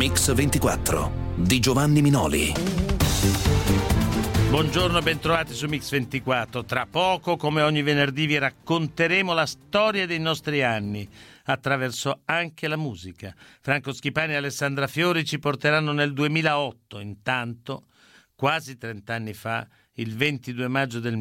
Mix 24 di Giovanni Minoli. Buongiorno, bentrovati su Mix 24. Tra poco, come ogni venerdì, vi racconteremo la storia dei nostri anni attraverso anche la musica. Franco Schipani e Alessandra Fiori ci porteranno nel 2008. Intanto, quasi 30 anni fa, il 22 maggio del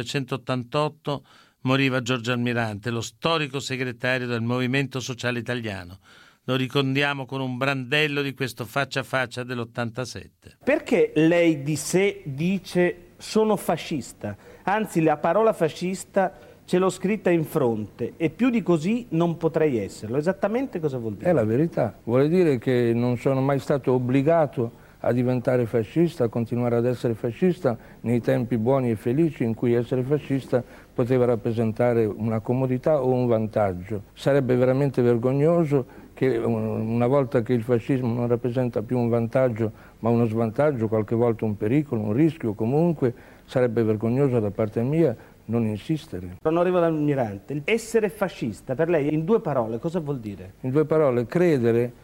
1988, moriva Giorgio Almirante, lo storico segretario del Movimento Sociale Italiano. Lo ricordiamo con un brandello di questo faccia a faccia dell'87. Perché lei di sé dice sono fascista? Anzi, la parola fascista ce l'ho scritta in fronte e più di così non potrei esserlo. Esattamente cosa vuol dire? È la verità. Vuole dire che non sono mai stato obbligato a diventare fascista, a continuare ad essere fascista nei tempi buoni e felici in cui essere fascista poteva rappresentare una comodità o un vantaggio. Sarebbe veramente vergognoso che una volta che il fascismo non rappresenta più un vantaggio ma uno svantaggio, qualche volta un pericolo, un rischio, comunque sarebbe vergognoso da parte mia non insistere. Onorevole Almirante, essere fascista per lei in due parole cosa vuol dire? In due parole, credere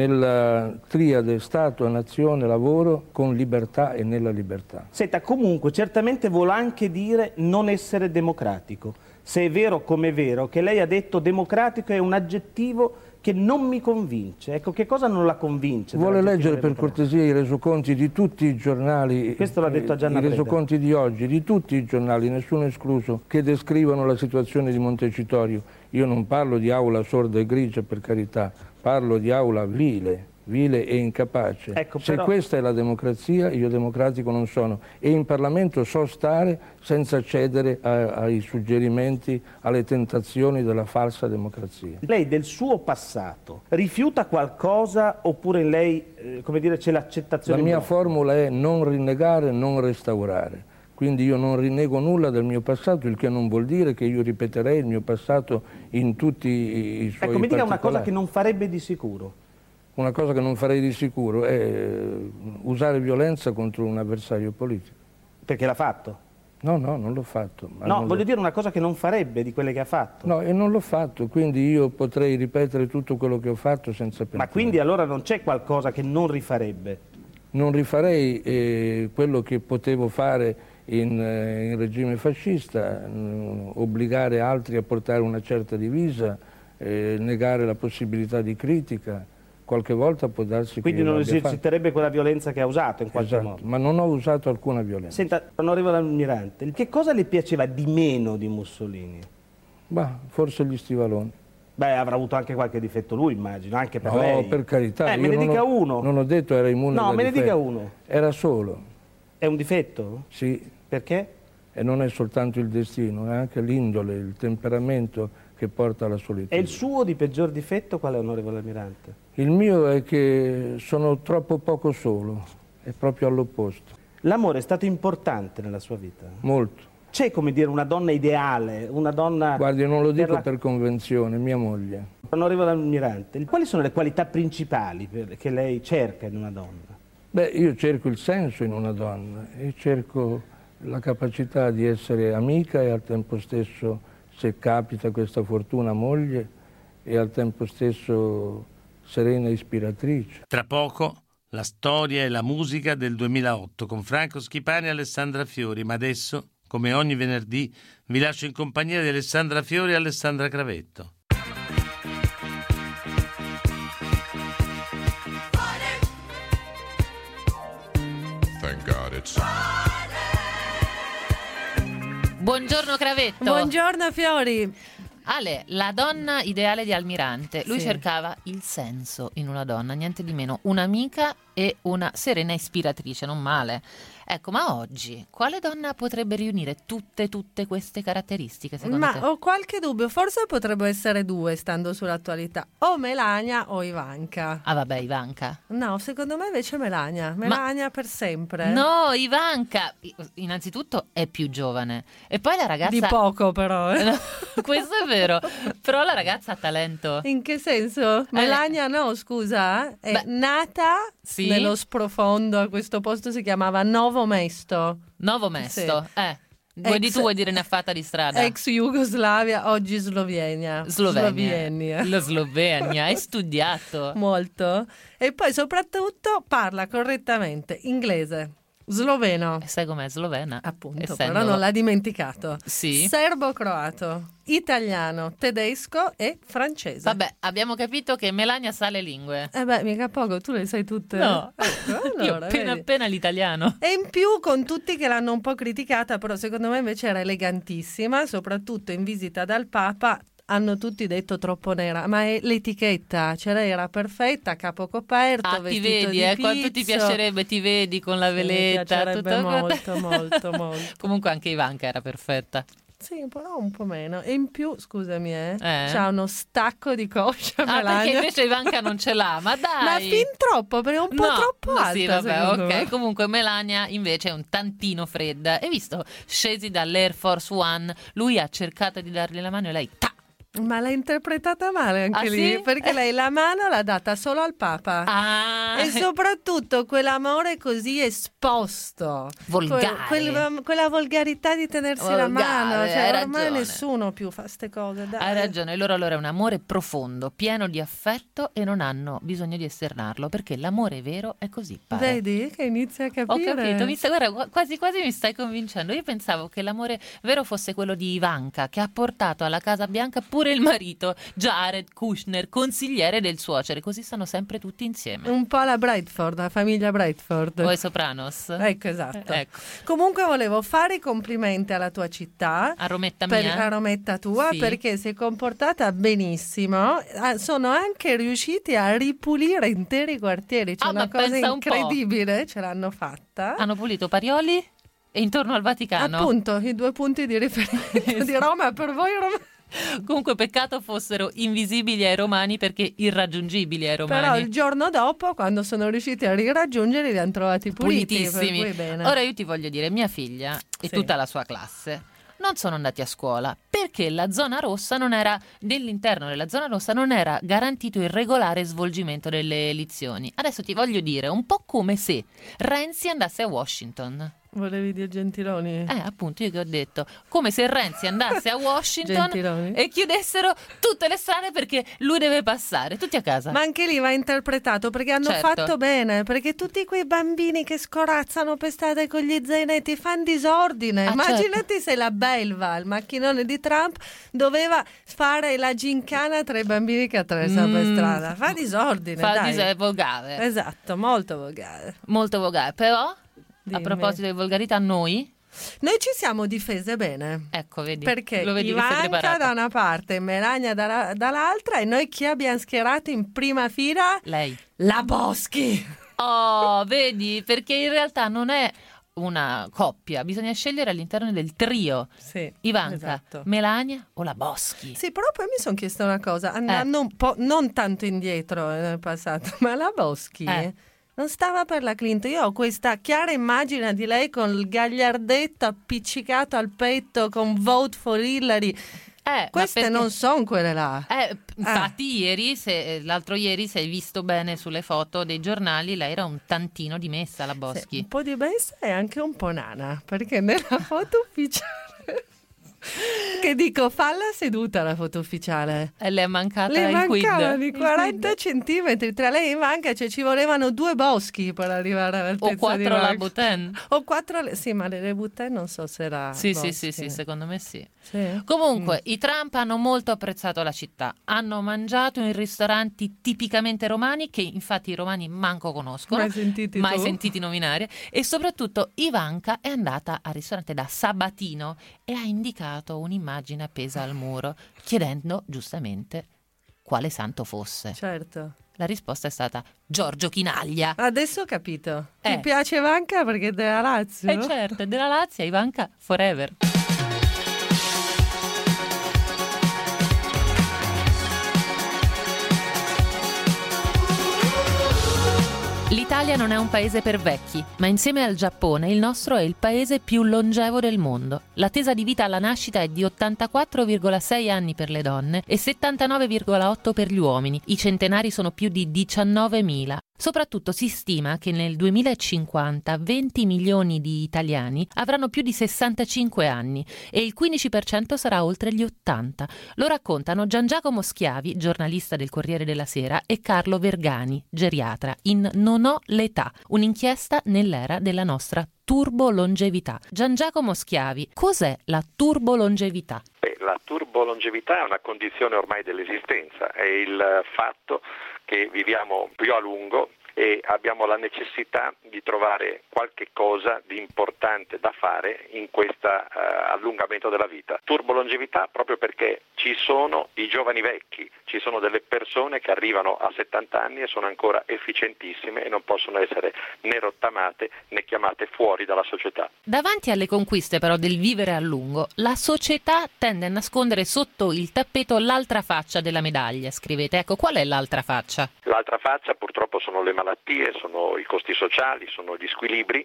nella triade Stato, Nazione, Lavoro con libertà e nella libertà. Senta, comunque certamente vuol anche dire non essere democratico. Se è vero come è vero che lei ha detto democratico è un aggettivo che non mi convince. Ecco, che cosa non la convince? Vuole leggere per cortesia i resoconti di tutti i giornali, questo l'ha detto a Gianna i Preda. resoconti di oggi, di tutti i giornali, nessuno escluso, che descrivono la situazione di Montecitorio. Io non parlo di aula sorda e grigia, per carità, parlo di aula vile e incapace. Ecco, se però questa è la democrazia, io democratico non sono. E in Parlamento so stare senza cedere ai suggerimenti, alle tentazioni della falsa democrazia. Lei del suo passato rifiuta qualcosa oppure in lei, come dire, c'è l'accettazione? La mia formula è non rinnegare, non restaurare. Quindi io non rinnego nulla del mio passato, il che non vuol dire che io ripeterei il mio passato in tutti i suoi Ecco, mi dica una cosa particolari. che non farebbe di sicuro. Una cosa che non farei di sicuro è usare violenza contro un avversario politico. Perché l'ha fatto? No, non l'ho fatto. No, voglio dire una cosa che non farebbe di quelle che ha fatto. No, e non l'ho fatto, quindi io potrei ripetere tutto quello che ho fatto senza pensare. Ma quindi allora non c'è qualcosa che non rifarebbe? Non rifarei quello che potevo fare in regime fascista, obbligare altri a portare una certa divisa, negare la possibilità di critica. Qualche volta può darsi quindi che non l'abbia eserciterebbe quella violenza che ha usato in qualche fatto. modo. Ma non ho usato alcuna violenza. Senta, onorevole Almirante, che cosa le piaceva di meno di Mussolini? Bah, forse gli stivaloni. Beh, avrà avuto anche qualche difetto lui, immagino, anche per No, lei. per carità. Me io ne dica uno. Non ho detto era immune da No, me ne difetti. dica uno. Era solo. È un difetto? Sì. Perché? E non è soltanto il destino, è anche l'indole, il temperamento che porta alla solitudine. E il suo di peggior difetto qual è, onorevole Almirante? Il mio è che sono troppo poco solo, è proprio all'opposto. L'amore è stato importante nella sua vita? Molto. C'è, come dire, una donna ideale, una donna... Guardi, non lo dico per convenzione, mia moglie. Onorevole Almirante, quali sono le qualità principali che lei cerca in una donna? Beh, io cerco il senso in una donna e cerco la capacità di essere amica e al tempo stesso, se capita questa fortuna, moglie e al tempo stesso serena ispiratrice. Tra poco la storia e la musica del 2008 con Franco Schipani e Alessandra Fiori, ma adesso, come ogni venerdì, vi lascio in compagnia di Alessandra Fiori e Alessandra Cravetto. Thank God it's... Buongiorno Cravetto. Buongiorno Fiori. Ale, la donna ideale di Almirante. Lui Sì. cercava il senso in una donna, niente di meno, un'amica e una serena ispiratrice, non male. Ecco, ma oggi quale donna potrebbe riunire tutte queste caratteristiche, secondo te? Ma ho qualche dubbio, forse potrebbero essere due, stando sull'attualità, o Melania o Ivanka. Ah vabbè, Ivanka. No, secondo me invece Melania per sempre. No, Ivanka, innanzitutto è più giovane e poi la ragazza... Di poco però. No, questo è vero, però la ragazza ha talento. In che senso? Melania no, scusa, è nata sì? nello sprofondo, a questo posto si chiamava Novo Mesto. Novo Mesto, Sì. Vuoi dire ne ha fatta di strada? Ex Jugoslavia, oggi Slovenia. La Slovenia, hai studiato. Molto. E poi soprattutto parla correttamente inglese, sloveno. E sai com'è slovena? Appunto, però non l'ha dimenticato. Sì. Serbo-croato, italiano, tedesco e francese. Vabbè, abbiamo capito che Melania sa le lingue. Mica poco, tu le sai tutte. No, allora, io vedi. appena l'italiano. E in più, con tutti che l'hanno un po' criticata, però secondo me invece era elegantissima, soprattutto in visita dal Papa. Hanno tutti detto troppo nera, ma è l'etichetta, cioè lei era perfetta, capo coperto, ti vestito vedi, di quanto ti pizzo. piacerebbe, ti vedi con la veletta. Mi piacerebbe tutto... molto. Comunque anche Ivanka era perfetta. Sì, però un po' meno. E in più, scusami, c'ha uno stacco di coscia Melania. Perché invece Ivanka non ce l'ha, ma dai! Ma fin troppo, perché è un po' troppo alta. Sì, vabbè, ok. me. Comunque Melania invece è un tantino fredda. E visto, scesi dall'Air Force One, lui ha cercato di dargli la mano e lei Ma l'ha interpretata male anche lì, sì? perché lei la mano l'ha data solo al Papa. E soprattutto quell'amore così esposto. Volgare. Quella volgarità di tenersi la mano. Cioè, hai ormai ragione. nessuno più fa ste cose. Dai. Hai ragione, loro allora è un amore profondo, pieno di affetto e non hanno bisogno di esternarlo, perché l'amore vero è così, pare. Vedi che inizia a Ho capire. capito, guarda, quasi mi stai convincendo. Io pensavo che l'amore vero fosse quello di Ivanka, che ha portato alla Casa Bianca pure il marito, Jared Kushner, consigliere del suocero, così stanno sempre tutti insieme. Un po' la Bradford, la famiglia Bradford. O i Sopranos. Ecco, esatto. Ecco. Comunque volevo fare i complimenti alla tua città. A Rometta mia? A Rometta tua, Sì. perché si è comportata benissimo. Sono anche riusciti a ripulire interi quartieri. C'è una ma cosa pensa un po'. incredibile, ce l'hanno fatta. Hanno pulito Parioli e intorno al Vaticano. Appunto, i 2 punti di riferimento di Roma per voi Roma. Comunque peccato fossero invisibili ai romani perché irraggiungibili ai romani. Però il giorno dopo, quando sono riusciti a riraggiungerli, li hanno trovati puliti. Pulitissimi. Per cui bene. Ora io ti voglio dire, mia figlia e Sì. tutta la sua classe non sono andati a scuola perché la zona rossa non era, nell'interno della zona rossa non era garantito il regolare svolgimento delle lezioni. Adesso ti voglio dire, un po' come se Renzi andasse a Washington. Volevi dire Gentiloni? Appunto, io che ho detto, come se Renzi andasse a Washington Gentiloni. e chiudessero tutte le strade perché lui deve passare, tutti a casa. Ma anche lì va interpretato, perché hanno Certo. fatto bene, perché tutti quei bambini che scorazzano per strada con gli zainetti fanno disordine. Immaginati se la belva, il macchinone di Trump, doveva fare la gincana tra i bambini che attraversano per strada. Fa disordine, dai. È volgare. Esatto, molto volgare. Molto volgare, però Dimmi. a proposito di volgarità, noi ci siamo difese bene. ecco, vedi, Perché lo vedi che sei Ivanka preparata. da una parte e Melania dall'altra, e noi chi abbiamo schierato in prima fila? Lei. La Boschi. Oh, vedi, perché in realtà non è una coppia, bisogna scegliere all'interno del trio. Sì, Ivanka, esatto. Melania o la Boschi? Sì, però poi mi sono chiesta una cosa, andando un po', non tanto indietro nel passato, ma la Boschi non stava per la Clinton. Io ho questa chiara immagine di lei con il gagliardetto appiccicato al petto con Vote for Hillary. Queste non sono quelle là. Infatti l'altro ieri, se hai visto bene sulle foto dei giornali, lei era un tantino dimessa, la Boschi. Sì, un po' dimessa e anche un po' nana, perché nella foto ufficiale che dico, falla seduta la foto ufficiale. E le è mancata Le il quid. mancavano di 40 centimetri tra lei e Ivanka, cioè ci volevano 2 Boschi per arrivare all'altezza O 4 di Ivanka. la Buten. O 4 sì, ma le Buten non so se era Sì, Boschi. secondo me sì. Sì? Comunque, i Trump hanno molto apprezzato la città. Hanno mangiato in ristoranti tipicamente romani, che infatti i romani manco conoscono. Mai sentiti nominare. E soprattutto Ivanka è andata al ristorante da Sabatino e ha indicato un'immagine appesa al muro, chiedendo giustamente quale santo fosse. Certo. La risposta è stata Giorgio Chinaglia. Adesso ho capito. Ti piace Ivanka perché è della Lazio? Certo, è della Lazio, Ivanka forever. L'Italia non è un paese per vecchi, ma insieme al Giappone il nostro è il paese più longevo del mondo. L'attesa di vita alla nascita è di 84,6 anni per le donne e 79,8 per gli uomini. I centenari sono più di 19.000. Soprattutto si stima che nel 2050 20 milioni di italiani avranno più di 65 anni e il 15% sarà oltre gli 80. Lo raccontano Gian Giacomo Schiavi, giornalista del Corriere della Sera, e Carlo Vergani, geriatra, in Non ho l'età, un'inchiesta nell'era della nostra turbolongevità. Gian Giacomo Schiavi, cos'è la turbolongevità? La turbolongevità è una condizione ormai dell'esistenza, è il fatto che viviamo più a lungo e abbiamo la necessità di trovare qualche cosa di importante da fare in questo allungamento della vita. Turbolongevità proprio perché ci sono i giovani vecchi, ci sono delle persone che arrivano a 70 anni e sono ancora efficientissime e non possono essere né rottamate né chiamate fuori dalla società. Davanti alle conquiste però del vivere a lungo, la società tende a nascondere sotto il tappeto l'altra faccia della medaglia, scrivete. Ecco, qual è l'altra faccia? L'altra faccia purtroppo sono le malattie, sono i costi sociali, sono gli squilibri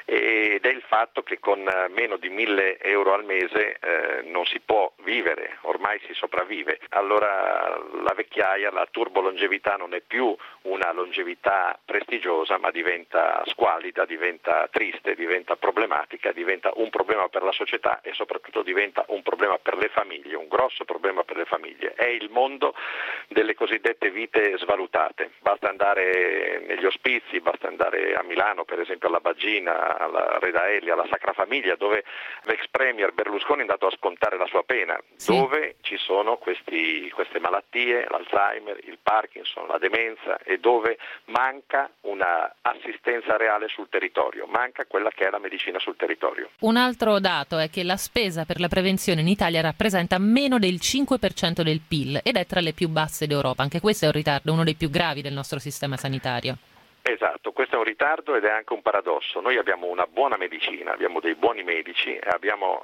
ed è il fatto che con meno di 1.000 euro al mese non si può vivere, ormai si sopravvive. Allora la vecchiaia, la turbolongevità non è più una longevità prestigiosa, ma diventa squalida, diventa triste, diventa problematica, diventa un problema per la società e soprattutto diventa un problema per le famiglie, un grosso problema per le famiglie. È il mondo delle cosiddette vite svalutate. Basta andare negli ospizi, basta andare a Milano, per esempio alla Bagina, alla Redaelli, alla Sacra Famiglia, dove l'ex premier Berlusconi è andato a scontare la sua pena, dove ci sono queste malattie, l'Alzheimer, il Parkinson, la demenza, e dove manca una assistenza reale sul territorio, manca quella che è la medicina sul territorio. Un altro dato è che la spesa per la prevenzione in Italia rappresenta meno del 5% del PIL ed è tra le più basse d'Europa. Anche questo è un ritardo, uno dei più gravi del nostro sistema sanitario. Esatto, questo è un ritardo ed è anche un paradosso. Noi abbiamo una buona medicina, abbiamo dei buoni medici, abbiamo,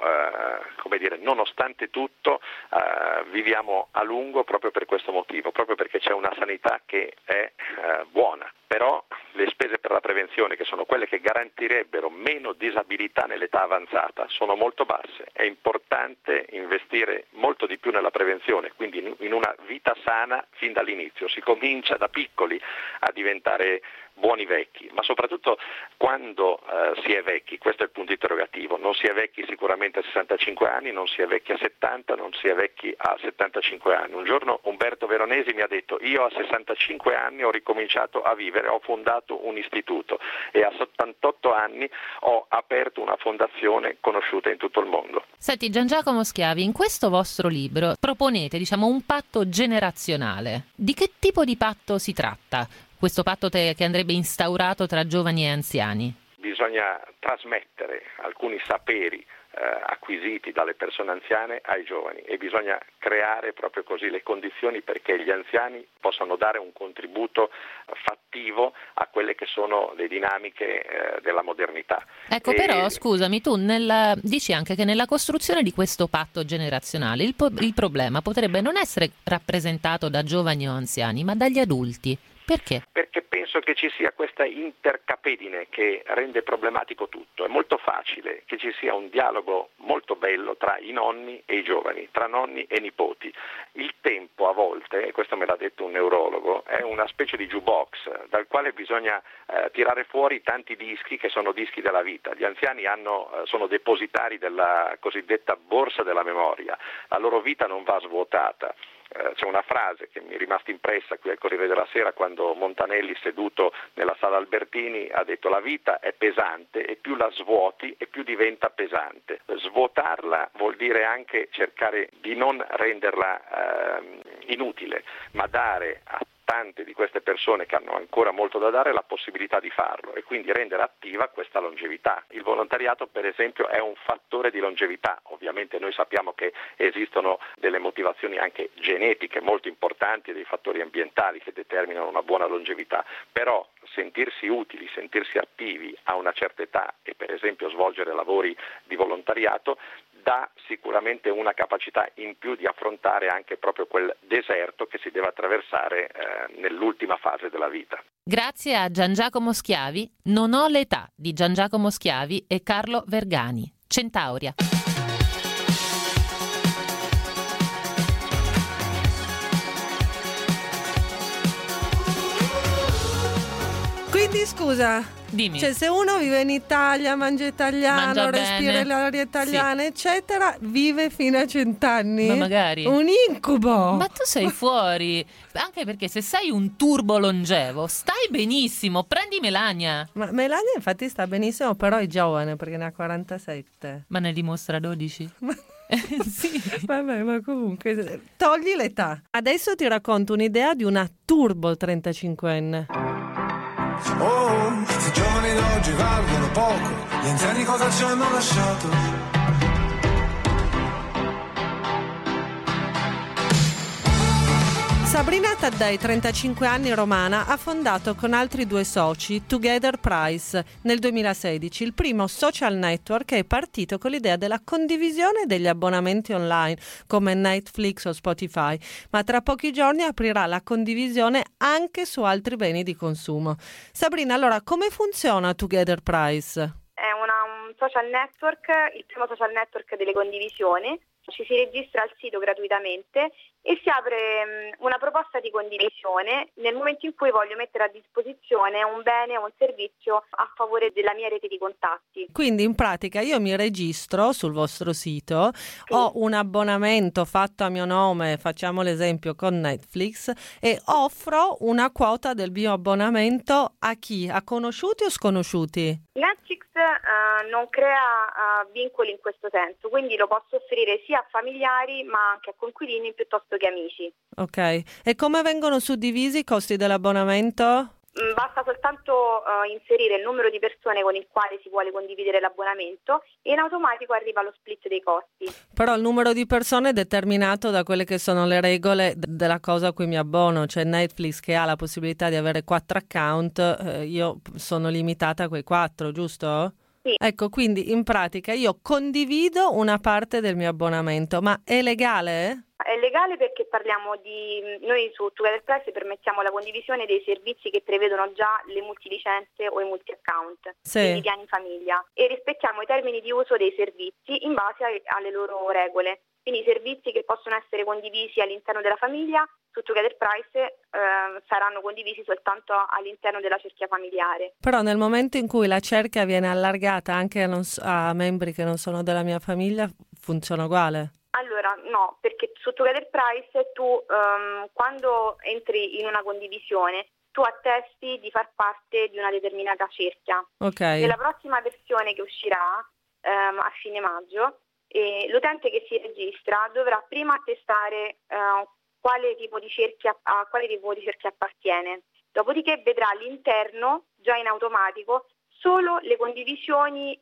nonostante tutto, viviamo a lungo proprio per questo motivo, proprio perché c'è una sanità che è buona. Però le spese per la prevenzione, che sono quelle che garantirebbero meno disabilità nell'età avanzata, sono molto basse. È importante investire molto di più nella prevenzione, quindi in una vita sana fin dall'inizio. Si comincia da piccoli a diventare buoni vecchi, ma soprattutto quando si è vecchi, questo è il punto interrogativo. Non si è vecchi sicuramente a 65 anni, non si è vecchi a 70, non si è vecchi a 75 anni. Un giorno Umberto Veronesi mi ha detto: io a 65 anni ho ricominciato a vivere, ho fondato un istituto e a 78 anni ho aperto una fondazione conosciuta in tutto il mondo. Senti, Gian Giacomo Schiavi, in questo vostro libro proponete, un patto generazionale. Di che tipo di patto si tratta? Questo patto che andrebbe instaurato tra giovani e anziani? Bisogna trasmettere alcuni saperi acquisiti dalle persone anziane ai giovani e bisogna creare proprio così le condizioni perché gli anziani possano dare un contributo fattivo a quelle che sono le dinamiche della modernità. Ecco, però scusami, tu dici anche che nella costruzione di questo patto generazionale il problema potrebbe non essere rappresentato da giovani o anziani, ma dagli adulti. Perché? Perché penso che ci sia questa intercapedine che rende problematico tutto. È molto facile che ci sia un dialogo molto bello tra i nonni e i giovani, tra nonni e nipoti. Il tempo a volte, e questo me l'ha detto un neurologo, è una specie di jukebox dal quale bisogna tirare fuori tanti dischi che sono dischi della vita. Gli anziani sono depositari della cosiddetta borsa della memoria. La loro vita non va svuotata. C'è una frase che mi è rimasta impressa qui al Corriere della Sera quando Montanelli, seduto nella sala Albertini, ha detto: la vita è pesante e più la svuoti e più diventa pesante. Svuotarla vuol dire anche cercare di non renderla inutile, ma dare a tante di queste persone che hanno ancora molto da dare la possibilità di farlo e quindi rendere attiva questa longevità. Il volontariato, per esempio, è un fattore di longevità. Ovviamente noi sappiamo che esistono delle motivazioni anche genetiche molto importanti e dei fattori ambientali che determinano una buona longevità, però sentirsi utili, sentirsi attivi a una certa età e per esempio svolgere lavori di volontariato dà sicuramente una capacità in più di affrontare anche proprio quel deserto che si deve attraversare nell'ultima fase della vita. Grazie a Gian Giacomo Schiavi, Non ho l'età di Gian Giacomo Schiavi e Carlo Vergani. Centauria. quindi scusa, dimmi. Cioè, se uno vive in Italia, mangia italiano, Mangia respira bene. l'aria italiana, eccetera, vive fino a 100 anni. Ma magari. Un incubo. Ma tu sei fuori, anche perché se sei un turbo longevo stai benissimo, prendi Melania. Ma Melania infatti sta benissimo, però è giovane perché ne ha 47. Ma ne dimostra 12. Sì. Vabbè, ma comunque togli l'età. Adesso ti racconto un'idea di una turbo 35enne. Oh, se i giovani d'oggi valgono poco, gli anziani cosa ci hanno lasciato? Sabrina Taddei, 35 anni, romana, ha fondato con altri 2 soci Together Price nel 2016, il primo social network che è partito con l'idea della condivisione degli abbonamenti online come Netflix o Spotify, ma tra pochi giorni aprirà la condivisione anche su altri beni di consumo. Sabrina, allora come funziona Together Price? È un social network, il primo social network delle condivisioni. Ci si registra al sito gratuitamente e si apre una proposta di condivisione nel momento in cui voglio mettere a disposizione un bene o un servizio a favore della mia rete di contatti. Quindi in pratica io mi registro sul vostro sito, sì. Ho un abbonamento fatto a mio nome, facciamo l'esempio con Netflix, e offro una quota del mio abbonamento a chi? A conosciuti o sconosciuti? Netflix non crea vincoli in questo senso, quindi lo posso offrire sia a familiari ma anche a coinquilini piuttosto che amici. Ok, e come vengono suddivisi i costi dell'abbonamento? Basta soltanto inserire il numero di persone con il quale si vuole condividere l'abbonamento e in automatico arriva lo split dei costi. Però il numero di persone è determinato da quelle che sono le regole della cosa a cui mi abbono, cioè Netflix che ha la possibilità di avere 4 account, io sono limitata a quei 4, giusto? Sì. Ecco, quindi in pratica io condivido una parte del mio abbonamento, ma è legale? È legale perché parliamo noi su Together Price permettiamo la condivisione dei servizi che prevedono già le multilicenze o i multi-account, sì. Quindi piani famiglia, e rispettiamo i termini di uso dei servizi in base alle loro regole. Quindi i servizi che possono essere condivisi all'interno della famiglia su Together Price saranno condivisi soltanto all'interno della cerchia familiare. Però nel momento in cui la cerchia viene allargata anche a membri che non sono della mia famiglia, funziona uguale? Allora no, perché su Together Price tu quando entri in una condivisione tu attesti di far parte di una determinata cerchia. Okay. Nella prossima versione che uscirà a fine maggio, l'utente che si registra dovrà prima attestare a quale tipo di cerchia appartiene. Dopodiché vedrà all'interno, già in automatico, solo le condivisioni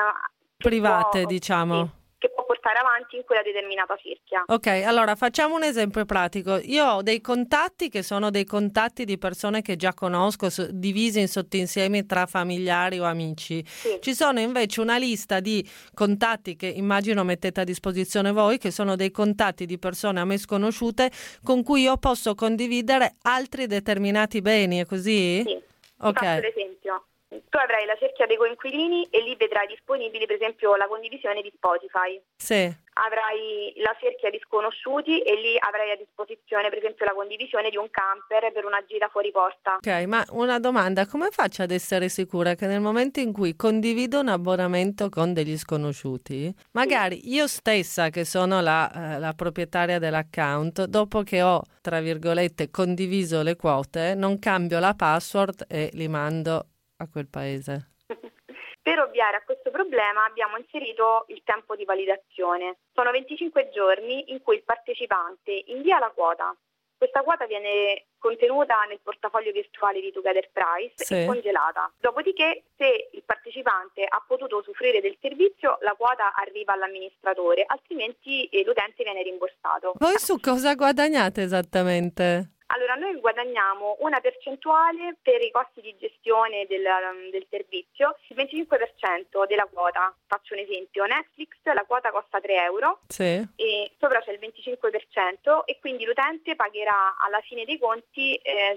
private, diciamo. Sì, che può portare avanti in quella determinata cerchia. Ok, allora facciamo un esempio pratico. Io ho dei contatti che sono dei contatti di persone che già conosco, divisi in sottoinsiemi tra familiari o amici. Sì. Ci sono invece una lista di contatti che immagino mettete a disposizione voi, che sono dei contatti di persone a me sconosciute con cui io posso condividere altri determinati beni, è così? Sì, ok. Faccio l'esempio. Tu avrai la cerchia dei coinquilini e lì vedrai disponibili per esempio la condivisione di Spotify. Sì. Avrai la cerchia di sconosciuti e lì avrai a disposizione per esempio la condivisione di un camper per una gita fuori porta. Ok, ma una domanda, come faccio ad essere sicura che nel momento in cui condivido un abbonamento con degli sconosciuti, magari io stessa che sono la proprietaria dell'account, dopo che ho, tra virgolette, condiviso le quote, non cambio la password e li mando a quel paese? Per ovviare a questo problema abbiamo inserito il tempo di validazione. Sono 25 giorni in cui il partecipante invia la quota. Questa quota viene contenuta nel portafoglio virtuale di Together Price e congelata. Dopodiché, se il partecipante ha potuto usufruire del servizio, la quota arriva all'amministratore, altrimenti l'utente viene rimborsato. Voi su cosa guadagnate esattamente? Allora, noi guadagniamo una percentuale per i costi di gestione del servizio, il 25% della quota. Faccio un esempio, Netflix, la quota costa 3 euro e sopra c'è il 25% e quindi l'utente pagherà alla fine dei conti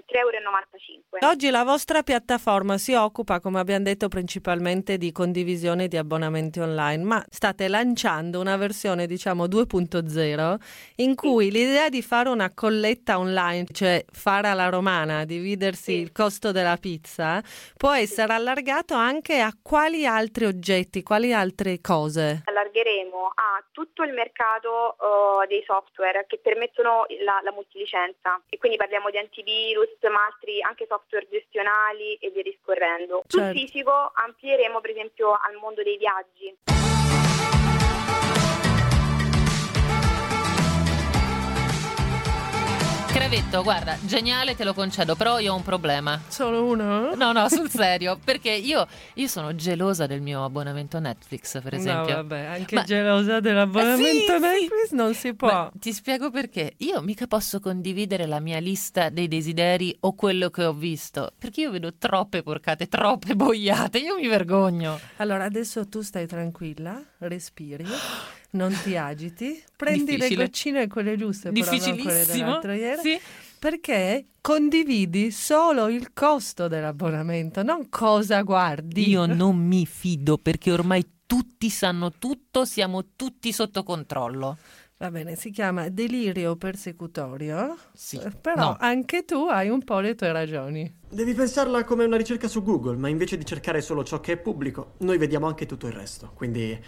3,95 euro. Oggi la vostra piattaforma si occupa, come abbiamo detto, principalmente di condivisione di abbonamenti online, ma state lanciando una versione, diciamo, 2.0 in cui l'idea di fare una colletta online, cioè cioè fare alla romana, dividersi il costo della pizza, può essere allargato anche a quali altri oggetti, quali altre cose? Allargheremo a tutto il mercato dei software che permettono la multilicenza, e quindi parliamo di antivirus, ma altri anche software gestionali e via discorrendo. Sul fisico amplieremo per esempio al mondo dei viaggi. Crevetto, guarda, geniale, te lo concedo, però io ho un problema. Solo uno? No, sul serio, perché io sono gelosa del mio abbonamento Netflix, per esempio. No, vabbè, anche gelosa dell'abbonamento Netflix non si può. Ma ti spiego perché. Io mica posso condividere la mia lista dei desideri o quello che ho visto, perché io vedo troppe porcate, troppe boiate, io mi vergogno. Allora, adesso tu stai tranquilla, respiri. Non ti agiti, prendi le goccine quelle giuste, però non quelle dell'altro ieri, sì. Perché condividi solo il costo dell'abbonamento, non cosa guardi. Io non mi fido perché ormai tutti sanno tutto, siamo tutti sotto controllo. Va bene, si chiama delirio persecutorio, sì, però anche tu hai un po' le tue ragioni. Devi pensarla come una ricerca su Google, ma invece di cercare solo ciò che è pubblico, noi vediamo anche tutto il resto, quindi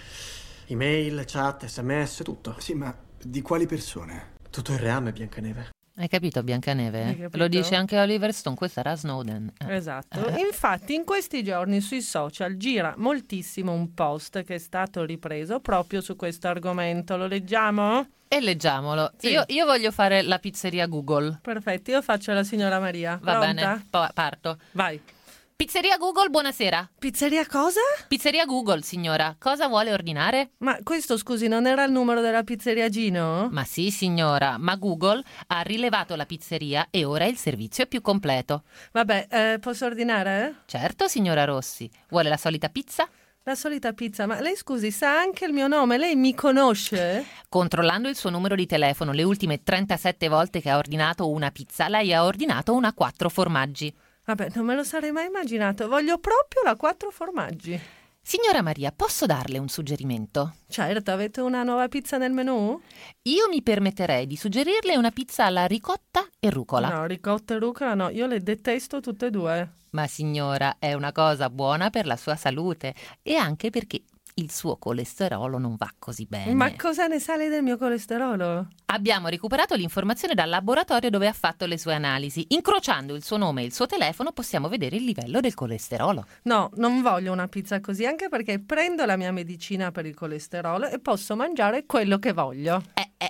email, chat, sms, tutto. Sì, ma di quali persone? Tutto il reame, Biancaneve. Hai capito, Biancaneve? Hai capito? Lo dice anche Oliver Stone, questa era Snowden. Esatto. Infatti in questi giorni sui social gira moltissimo un post che è stato ripreso proprio su questo argomento. Lo leggiamo? E leggiamolo. Sì. Io voglio fare la pizzeria Google. Perfetto, io faccio la signora Maria. Va Pronta? bene, parto. Vai. Pizzeria Google, buonasera. Pizzeria cosa? Pizzeria Google, signora. Cosa vuole ordinare? Ma questo, scusi, non era il numero della pizzeria Gino? Ma sì, signora, ma Google ha rilevato la pizzeria e ora il servizio è più completo. Vabbè, posso ordinare? Certo, signora Rossi. Vuole la solita pizza? La solita pizza, ma lei scusi, sa anche il mio nome? Lei mi conosce? Controllando il suo numero di telefono, le ultime 37 volte che ha ordinato una pizza, lei ha ordinato una 4 formaggi. Vabbè, non me lo sarei mai immaginato. Voglio proprio la 4 formaggi. Signora Maria, posso darle un suggerimento? Certo, avete una nuova pizza nel menù? Io mi permetterei di suggerirle una pizza alla ricotta e rucola. No, ricotta e rucola no, io le detesto tutte e due. Ma signora, è una cosa buona per la sua salute e anche perché il suo colesterolo non va così bene. Ma cosa ne sale del mio colesterolo? Abbiamo recuperato l'informazione dal laboratorio dove ha fatto le sue analisi. Incrociando il suo nome e il suo telefono possiamo vedere il livello del colesterolo. No, non voglio una pizza così, anche perché prendo la mia medicina per il colesterolo e posso mangiare quello che voglio.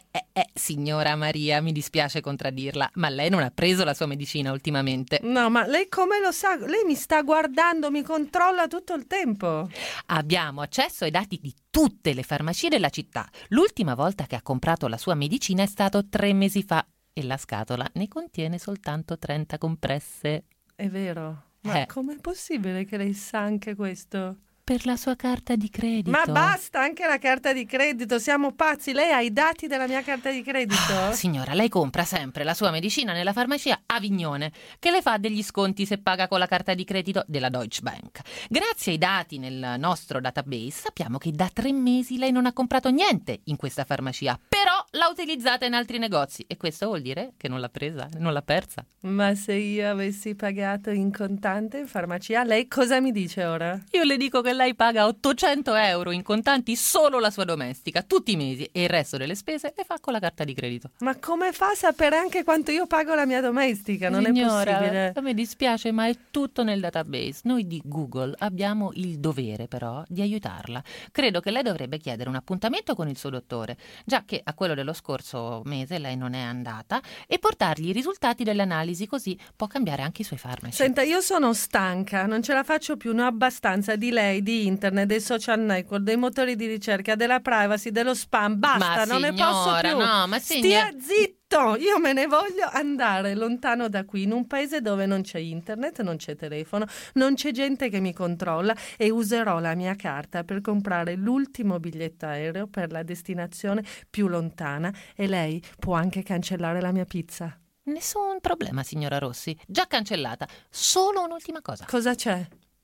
Signora Maria, mi dispiace contraddirla, ma lei non ha preso la sua medicina ultimamente. No, ma lei come lo sa? Lei mi sta guardando, mi controlla tutto il tempo. Abbiamo accesso ai dati di tutte le farmacie della città. L'ultima volta che ha comprato la sua medicina è stato 3 mesi fa e la scatola ne contiene soltanto 30 compresse. È vero? Ma com'è possibile che lei sa anche questo? Per la sua carta di credito. Ma basta, anche la carta di credito, siamo pazzi. Lei ha i dati della mia carta di credito? Signora, lei compra sempre la sua medicina nella farmacia Avignone, che le fa degli sconti se paga con la carta di credito della Deutsche Bank. Grazie ai dati nel nostro database sappiamo che da 3 mesi lei non ha comprato niente in questa farmacia, però l'ha utilizzata in altri negozi e questo vuol dire che non l'ha presa, non l'ha persa. Ma se io avessi pagato in contante in farmacia, lei cosa mi dice ora? Io le dico che lei paga 800 euro in contanti solo la sua domestica, tutti i mesi, e il resto delle spese le fa con la carta di credito. Ma come fa a sapere anche quanto io pago la mia domestica? Non Signora, è possibile. Mi dispiace, ma è tutto nel database. Noi di Google abbiamo il dovere, però, di aiutarla. Credo che lei dovrebbe chiedere un appuntamento con il suo dottore, già che a quello dello scorso mese lei non è andata, e portargli i risultati dell'analisi, così può cambiare anche i suoi farmaci. Senta, io sono stanca, non ce la faccio più, ne ho abbastanza di lei, di internet, dei social network, dei motori di ricerca, della privacy, dello spam, basta, non ne posso più. No, ma stia zitto, io me ne voglio andare lontano da qui, in un paese dove non c'è internet, non c'è telefono, non c'è gente che mi controlla, e userò la mia carta per comprare l'ultimo biglietto aereo per la destinazione più lontana, e lei può anche cancellare la mia pizza. Nessun problema, signora Rossi, già cancellata. Solo un'ultima cosa. Cosa c'è?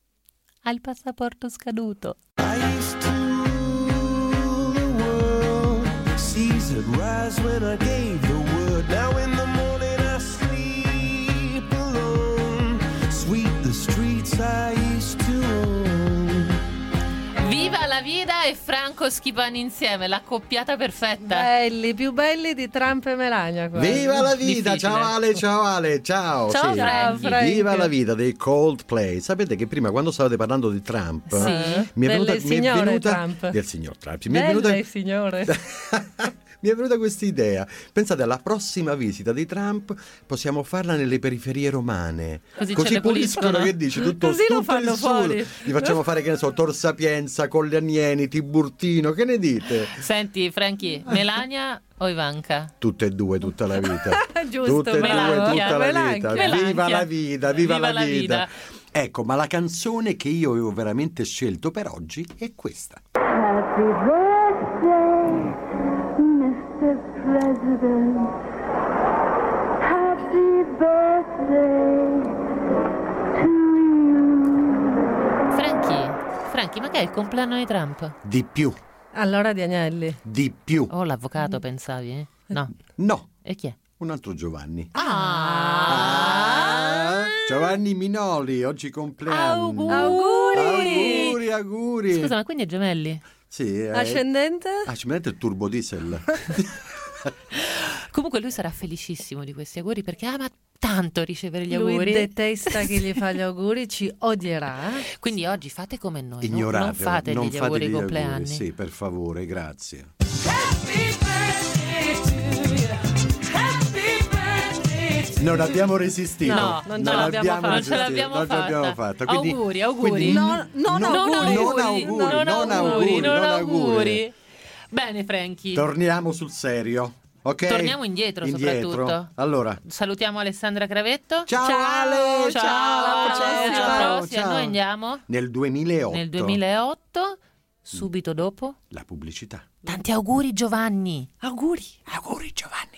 Ha il passaporto scaduto. Seas had rise when I gave the word. Now in the morning I sleep. I used to own. Viva la Vida e Franco Schipani insieme, l'accoppiata perfetta. Belli, più belli di Trump e Melania. Quasi. Viva la vita, Difficile. ciao Ale, ciao. Ciao, Sì. Frank. Viva la vita dei Coldplay. Sapete che prima quando stavate parlando di Trump, mi è venuta Trump. del signor Trump. Mi è venuta signore. Mi è venuta questa idea. Pensate, alla prossima visita di Trump possiamo farla nelle periferie romane. Così puliscono, che dici? Tutto, Così lo tutto fanno il sud. fuori. Gli facciamo fare, che ne so, Tor Sapienza, Collianieni, Tiburtino, che ne dite? Senti, Franchi, Melania o Ivanka? Tutte e due, tutta la vita. Giusto, Tutte e due, tutta la vita. Melanchia. Viva la vita, viva la vita. vita. Ecco, ma la canzone che io avevo veramente scelto per oggi è questa. Happy birthday, Mr. President. Happy birthday to you. Franchi, ma che è il compleanno di Trump? Di più. Allora di Agnelli. Di più. Oh, l'avvocato pensavi? Eh? No. No. E chi è? Un altro Giovanni. Ah! Giovanni Minoli, oggi compleanno. Auguri. Scusa, ma quindi è gemelli? Sì. Ascendente? Ascendente è turbo diesel. Comunque lui sarà felicissimo di questi auguri perché ama tanto ricevere gli Lui auguri. detesta chi gli fa gli auguri, ci odierà. Quindi oggi fate come noi, no? Ignoratelo, non fate gli auguri compleanni. Sì, per favore, grazie. Non abbiamo resistito. No, non ce l'abbiamo fatta. Quindi, auguri. Non auguri. Bene, Franchi. Torniamo sul serio. Ok? Torniamo indietro soprattutto. Allora, salutiamo Alessandra Cravetto. Ciao Ale, Alla prossima. Noi andiamo nel 2008. Subito dopo la pubblicità. Tanti auguri Giovanni. Auguri Giovanni.